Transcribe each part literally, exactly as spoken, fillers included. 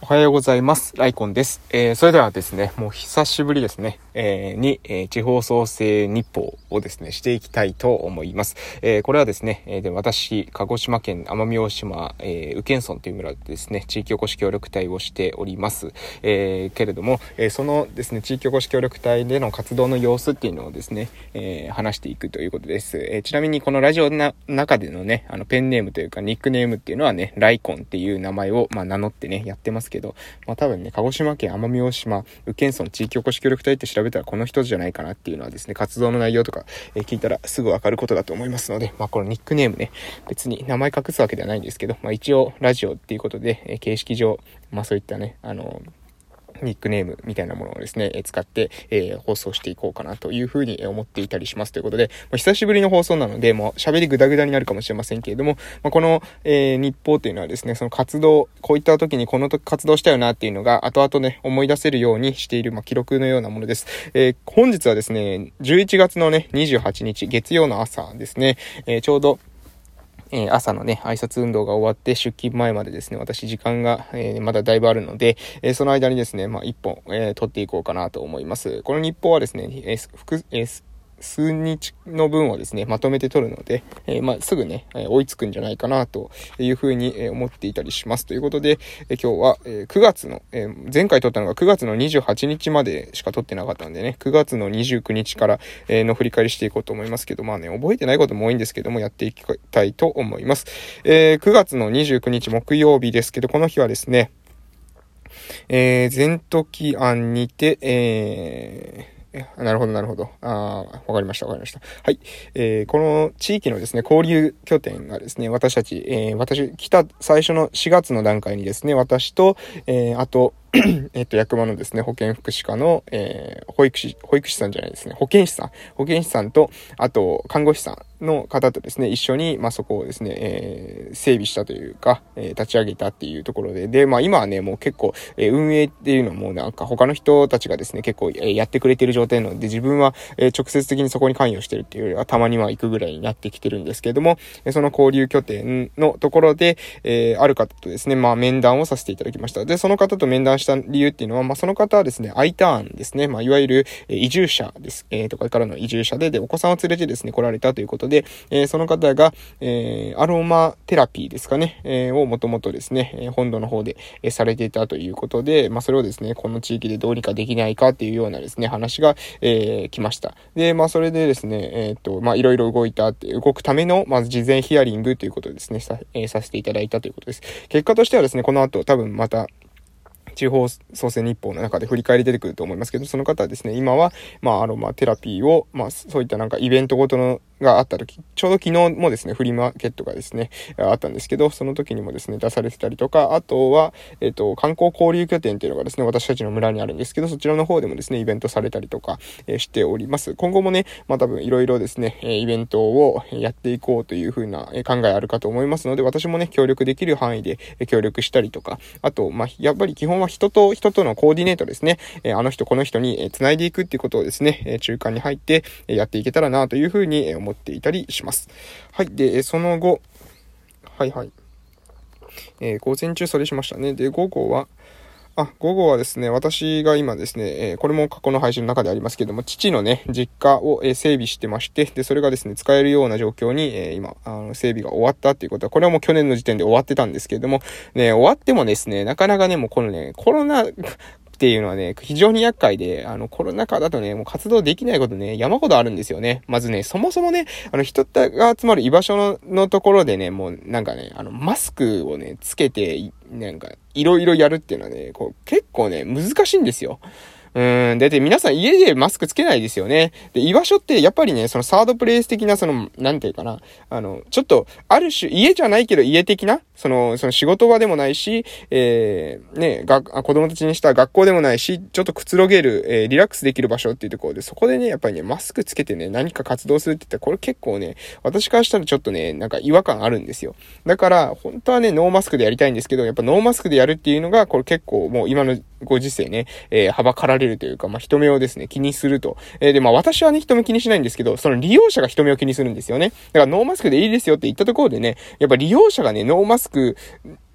おはようございます。ライコンです。えー、それではですね、もう久しぶりですね、えー、に、えー、地方創生日報をですね、していきたいと思います。えー、これはですね、えー、で私、鹿児島県奄美大島、えー、宇検村という村でですね、地域おこし協力隊をしております。えー、けれども、えー、そのですね、地域おこし協力隊での活動の様子っていうのをですね、えー、話していくということです。えー、ちなみにこのラジオの中でのね、あのペンネームというかニックネームっていうのはね、ライコンっていう名前を、まあ、名乗ってね、やってますけど、まあ多分ね、鹿児島県奄美大島宇検村地域おこし協力隊って調べたらこの人じゃないかなっていうのはですね、活動の内容とか、えー、聞いたらすぐわかることだと思いますので、まあこのニックネームね、別に名前隠すわけではないんですけど、まあ一応ラジオっていうことで、えー、形式上、まあそういったね、あのーニックネームみたいなものをですね、使って、えー、放送していこうかなというふうに思っていたりしますということで、まあ、久しぶりの放送なので、もう喋りグダグダになるかもしれませんけれども、まあ、この、えー、日報というのはですね、その活動、こういった時にこの時活動したよなっていうのが後々ね、思い出せるようにしている、まあ、記録のようなものです。えー、本日はですね、じゅういちがつのね、にじゅうはちにち月曜の朝ですね、えー、ちょうどえー、朝のね、挨拶運動が終わって出勤前までですね、私時間が、えー、まだだいぶあるので、えー、その間にですね、まあ、一本、えー、撮っていこうかなと思います。この日報はですね、えー、複、えー数日の分をですね、まとめて撮るので、えー、まあ、すぐね、えー、追いつくんじゃないかなというふうに、えー、思っていたりします。ということで、えー、今日は、えー、くがつの、えー、前回撮ったのがくがつのにじゅうはちにちまでしか撮ってなかったんでね、くがつのにじゅうくにちから、えー、の振り返りしていこうと思いますけど、まあね、覚えてないことも多いんですけども、やっていきたいと思います。えー、くがつのにじゅうくにち木曜日ですけど、この日はですね、えー、全時案にて、えー、なるほど、なるほど。ああ、わかりました、わかりました。はい。えー、この地域のですね、交流拠点がですね、私たち、えー、私、来た最初のしがつの段階にですね、私と、えー、あと、えっと、役場のですね、保健福祉課の、えー、保育士、保育士さんじゃないですね、保健師さん、保健師さんと、あと、看護師さんの方とですね、一緒に、まあ、そこをですね、えー、整備したというか、えー、立ち上げたっていうところで、で、まあ、今はね、もう結構、えー、運営っていうのもなんか他の人たちがですね、結構、えー、やってくれてる状態なので、自分は、えー、直接的にそこに関与してるっていうよりは、たまには行くぐらいになってきてるんですけれども、えー、その交流拠点のところで、えー、ある方とですね、まあ、面談をさせていただきました。で、その方と面談した理由っていうのは、まあ、その方はですね、I ターンですね。まあ、いわゆる、えー、移住者です。えー、とかからの移住者で、で、お子さんを連れてですね、来られたということで、えー、その方が、えー、アロマテラピーですかね、えー、をもともとですね、えー、本土の方で、えー、されていたということで、まあ、それをですね、この地域でどうにかできないかっていうようなですね、話が、えー、来ました。で、まあ、それでですね、えっと、まあ、いろいろ動いたって、動くための、まず事前ヒアリングということですね、さ、えー、させていただいたということです。結果としてはですね、この後多分また、地方創生日報の中で振り返り出てくると思いますけど、その方はですね、今は、まあ、アロマテラピーを、まあ、そういったなんかイベントごとのがあった時、ちょうど昨日もですね、フリーマーケットがですね、あったんですけど、その時にもですね、出されてたりとか、あとは、えっと、観光交流拠点っていうのがですね、私たちの村にあるんですけど、そちらの方でもですね、イベントされたりとか、えー、しております。今後もね、まあ多分いろいろですね、イベントをやっていこうというふうな考えあるかと思いますので、私もね、協力できる範囲で協力したりとか、あと、まあ、やっぱり基本は人と人とのコーディネートですね、えー、あの人この人に繋いでいくっていうことをですね、え中間に入ってやっていけたらなというふうに思っていたりします。はい。で、その後、はいはい。えー、午前中それしましたね。で、午後は、あ、午後はですね、私が今ですね、えー、これも過去の配信の中でありますけども、父のね、実家を、えー、整備してまして、で、それがですね、使えるような状況に、えー、今、あの、整備が終わったっていうことは、これはもう去年の時点で終わってたんですけれども、ね、終わってもですね、なかなかね、もうこのね、コロナ、っていうのはね、非常に厄介で、あの、コロナ禍だとね、もう活動できないことね、山ほどあるんですよね。まずね、そもそもね、あの、人が集まる居場所の、のところでね、もう、なんかね、あの、マスクをね、つけて、なんか、いろいろやるっていうのはね、こう、結構ね、難しいんですよ。うーん。だって皆さん家でマスクつけないですよね。で、居場所ってやっぱりね、そのサードプレイス的な、その、なんていうかな。あの、ちょっと、ある種、家じゃないけど家的な、その、その仕事場でもないし、えー、ね、が、子供たちにした学校でもないし、ちょっとくつろげる、えー、リラックスできる場所っていうところで、そこでね、やっぱりね、マスクつけてね、何か活動するって言ったら、これ結構ね、私からしたらちょっとね、なんか違和感あるんですよ。だから、本当はね、ノーマスクでやりたいんですけど、やっぱノーマスクでやるっていうのが、これ結構もう今のご時世ね、えー、はばかられるというか、まあ、人目をですね、気にすると。えー、で、まあ、私はね、人目気にしないんですけど、その利用者が人目を気にするんですよね。だから、ノーマスクでいいですよって言ったところでね、やっぱ利用者がね、ノーマスク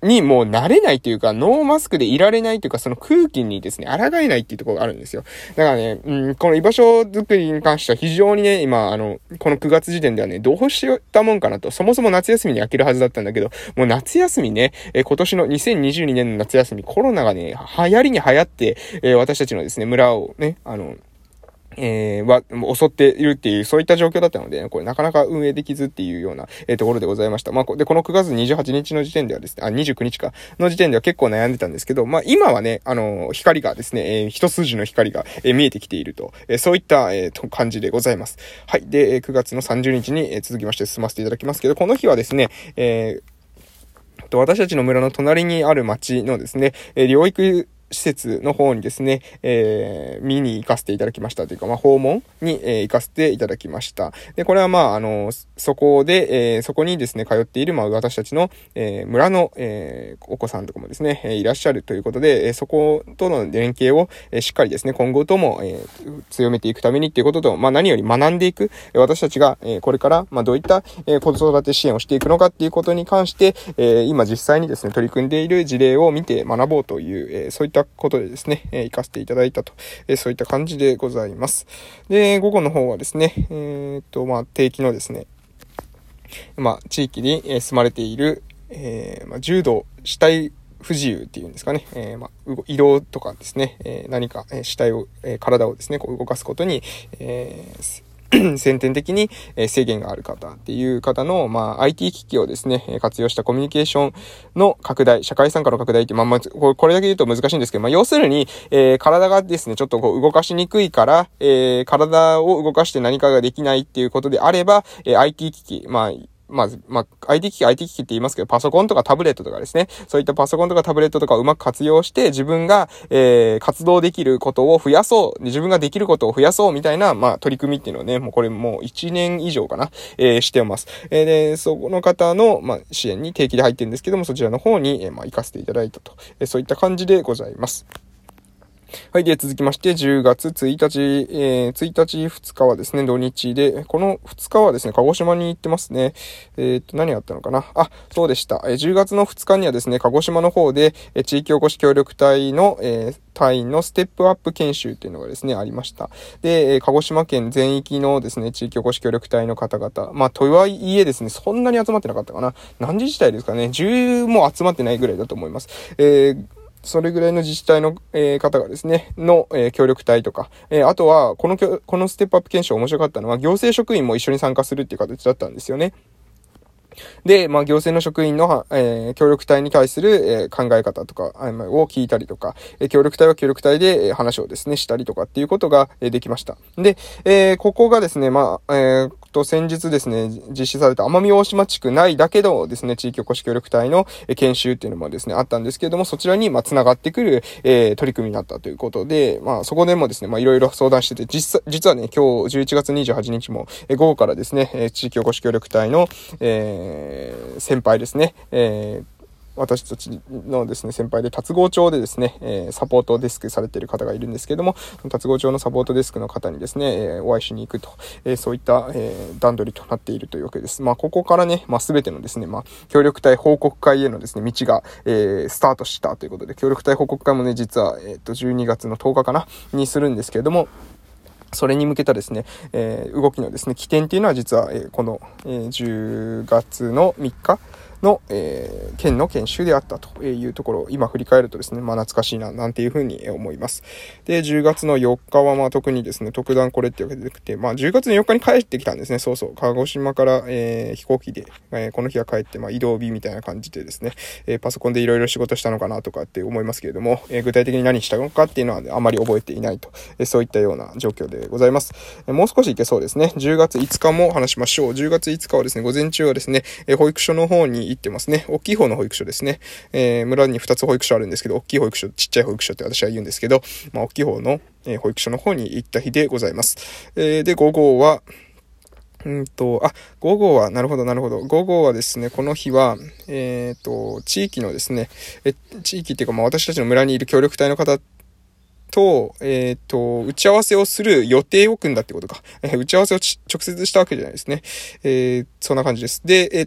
にもう慣れないというか、ノーマスクでいられないというか、その空気にですね、抗えないっていうところがあるんですよ。だからね、うん、この居場所づくりに関しては非常にね、今、あの、このくがつ時点ではね、どうしたもんかなと。そもそも夏休みに飽きるはずだったんだけど、もう夏休みね、えー、今年のにせんにじゅうにねんの夏休み、コロナがね、流行りに流行って、えー、私たちのですね、村をね、あの、えー、は、襲っているっていう、そういった状況だったので、ね、これなかなか運営できずっていうような、えー、ところでございました。まあ、で、このくがつにじゅうはちにちの時点ではですね、あ、にじゅうくにちか、の時点では結構悩んでたんですけど、まあ、今はね、あのー、光がですね、えー、一筋の光が、えー、見えてきていると、えー、そういった、えー、と感じでございます。はい。で、くがつのさんじゅうにちに、えー、続きまして進ませていただきますけど、この日はですね、えー、私たちの村の隣にある町のですね、えー、療育施設の方にですね、えー、見に行かせていただきましたというか、まあ、訪問に、えー、行かせていただきました。で、これはまあ、あの、そこで、えー、そこにですね、通っている、まあ、私たちの、えー、村の、えー、お子さんとかもですね、えー、いらっしゃるということで、えー、そことの連携を、えー、しっかりですね、今後とも、えー、強めていくためにっていうことと、まあ、何より学んでいく、えー、私たちが、えー、これから、まあ、どういった、えー、子育て支援をしていくのかっていうことに関して、えー、今実際にですね、取り組んでいる事例を見て学ぼうという、えー、そういったことでですね、えー、行かせていただいたと、えー、そういった感じでございます。で、午後の方はですね、えー、っと、まあ、定期のですね、まあ、地域に住まれている、えー、まあ、重度肢体不自由っていうんですかね、えー、まあ、移動とかですね、えー、何か、えー、肢体を、えー、体をですね、こう動かすことに、えー先天的に制限がある方っていう方の、まあ、アイティー 機器をですね、活用したコミュニケーションの拡大、社会参加の拡大って、まあ、まあ、これだけ言うと難しいんですけど、まあ、要するに、えー、体がですね、ちょっとこう動かしにくいから、えー、体を動かして何かができないっていうことであれば、えー、アイティー 機器、まあ、まず、まあ、アイティー 機器、アイティー 機器って言いますけど、パソコンとかタブレットとかですね、そういったパソコンとかタブレットとかをうまく活用して、自分が、えー、活動できることを増やそう、自分ができることを増やそうみたいな、まあ、取り組みっていうのをね、もうこれもういちねん以上かな、えー、してます。えー、で、そこの方の、まあ、支援に定期で入ってるんですけども、そちらの方に、えー、まあ、行かせていただいたと、えー、そういった感じでございます。はい。で、続きまして、じゅうがつついたち、えー、ついたち、ふつかはですね、土日で、このふつかはですね、鹿児島に行ってますね。えー、っと、何があったのかなあ、そうでした。えー、じゅうがつのふつかにはですね、鹿児島の方で、えー、地域おこし協力隊の、えー、隊員のステップアップ研修っていうのがですね、ありました。で、えー、鹿児島県全域のですね、地域おこし協力隊の方々、まあ、とはいえですね、そんなに集まってなかったかな。何自治体ですかね。じゅうも集まってないぐらいだと思います。えーそれぐらいの自治体の、えー、方がですね、の、えー、協力隊とか、えー、あとは、この、このステップアップ研修面白かったのは、行政職員も一緒に参加するっていう形だったんですよね。で、まあ、行政の職員の、えー、協力隊に対する、えー、考え方とか、を聞いたりとか、えー、協力隊は協力隊で、えー、話をですね、したりとかっていうことが、えー、できました。で、えー、ここがですね、まあ、えー、と、先日ですね、実施された奄美大島地区内だけどですね、地域おこし協力隊の、えー、研修っていうのもですね、あったんですけれども、そちらに、まあ、繋がってくる、えー、取り組みになったということで、まあ、そこでもですね、まあ、いろいろ相談してて、実際、実はね、今日じゅういちがつにじゅうはちにちも、えー、午後からですね、えー、地域おこし協力隊の、えー、先輩ですね、えー私たちのですね、先輩で、達郷町でですね、えー、サポートデスクされている方がいるんですけども、達郷町のサポートデスクの方にですね、えー、お会いしに行くと、えー、そういった、えー、段取りとなっているというわけです。まあ、ここからね、まあ、すべてのですね、まあ、協力隊報告会へのですね、道が、えー、スタートしたということで、協力隊報告会もね、実は、えっと、じゅうにがつのとおかかな、にするんですけれども、それに向けたですね、えー、動きのですね、起点っていうのは実は、えー、この、えー、じゅうがつのみっかの、えー、県の研修であったというところを今振り返るとですね、まあ懐かしいな、なんていうふうに思います。で、じゅうがつのよっかはまあ特にですね、特段これってわけでなくて、まあじゅうがつのよっかに帰ってきたんですね、そうそう。鹿児島から、えー、飛行機で、えー、この日は帰って、まあ移動日みたいな感じでですね、えー、パソコンでいろいろ仕事したのかなとかって思いますけれども、えー、具体的に何したのかっていうのは、ね、あまり覚えていないと、えー、そういったような状況でございます。えー、もう少しいけそうですね。じゅうがついつかも話しましょう。じゅうがついつかはですね、午前中はですね、えー、保育所の方に行ってますね。大きい方の保育所ですね。えー、村にふたつ保育所あるんですけど、大きい保育所、ちっちゃい保育所って私は言うんですけど、まあ大きい方の、えー、保育所の方に行った日でございます。えー、で、午後は、うんと、あ、午後は、なるほど、なるほど。午後はですね、この日は、えっと、地域のですね、え、地域っていうか、まあ私たちの村にいる協力隊の方と、えっと、打ち合わせをする予定を組んだってことか。えー、打ち合わせを直接したわけじゃないですね。えー、そんな感じです。で、え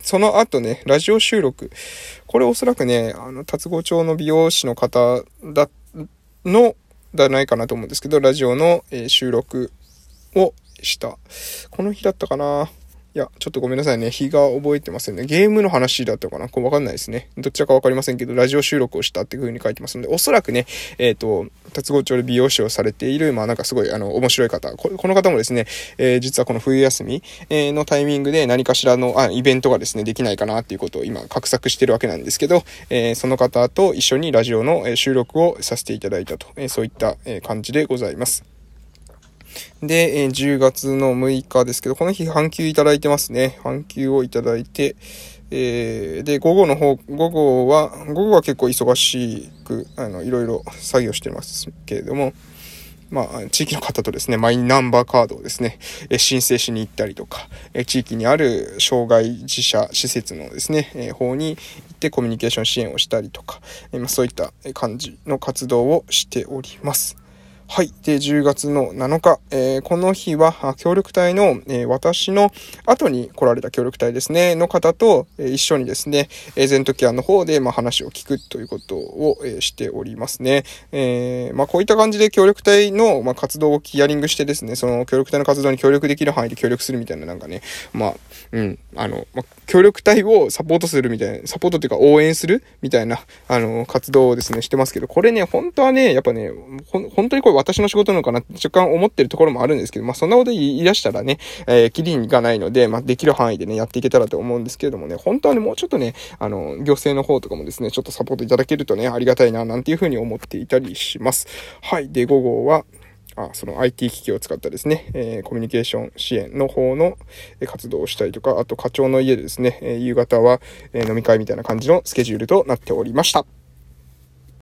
その後ね、ラジオ収録。これおそらくね、あの、龍郷町の美容師の方だ、の、だないかなと思うんですけど、ラジオの、えー、収録をした。この日だったかないや、ちょっとごめんなさいね。日が覚えてませんね。ゲームの話だったかなこれわかんないですね。どっちかわかりませんけど、ラジオ収録をしたっていう風に書いてますので、おそらくね、えっと、龍郷町で美容師をされている、まあなんかすごい、あの、面白い方。こ, この方もですね、えー、実はこの冬休みのタイミングで何かしらのあイベントがですね、できないかなっていうことを今、画策してるわけなんですけど、えー、その方と一緒にラジオの収録をさせていただいたと、えー、そういった感じでございます。で、じゅうがつのむいかですけど、この日半休いただいてますね。半休をいただいて、えー、で、午後の方、午後は、午後は結構忙しく、あの、いろいろ作業してますけれども、まあ、地域の方とですね、マイナンバーカードをですね、申請しに行ったりとか、地域にある障害児者施設のですね、方に行ってコミュニケーション支援をしたりとか、そういった感じの活動をしております。はい。で、じゅうがつのなのか、えー、この日は、協力隊の、えー、私の後に来られた協力隊ですね、の方と、えー、一緒にですね、エーゼントケアの方で、まあ、話を聞くということを、えー、しておりますね。えー、まあ、こういった感じで協力隊の、まあ、活動をヒアリングしてですね、その協力隊の活動に協力できる範囲で協力するみたいな、なんかね、まあ、うん、あの、まあ、協力隊をサポートするみたいな、サポートっていうか応援するみたいな、あの、活動をですね、してますけど、これね、本当はね、やっぱね、ほん、本当にこれ私の仕事なのかなって若干思ってるところもあるんですけど、まあそんなこと言い出したらね、えー、キリがないので、まあできる範囲でね、やっていけたらと思うんですけれどもね、本当はね、もうちょっとね、あの、行政の方とかもですね、ちょっとサポートいただけるとね、ありがたいな、なんていうふうに思っていたりします。はい。で、午後は、あその アイティー 機器を使ったですね、えー、コミュニケーション支援の方の活動をしたりとか、あと課長の家でですね、えー、夕方は、えー、飲み会みたいな感じのスケジュールとなっておりました。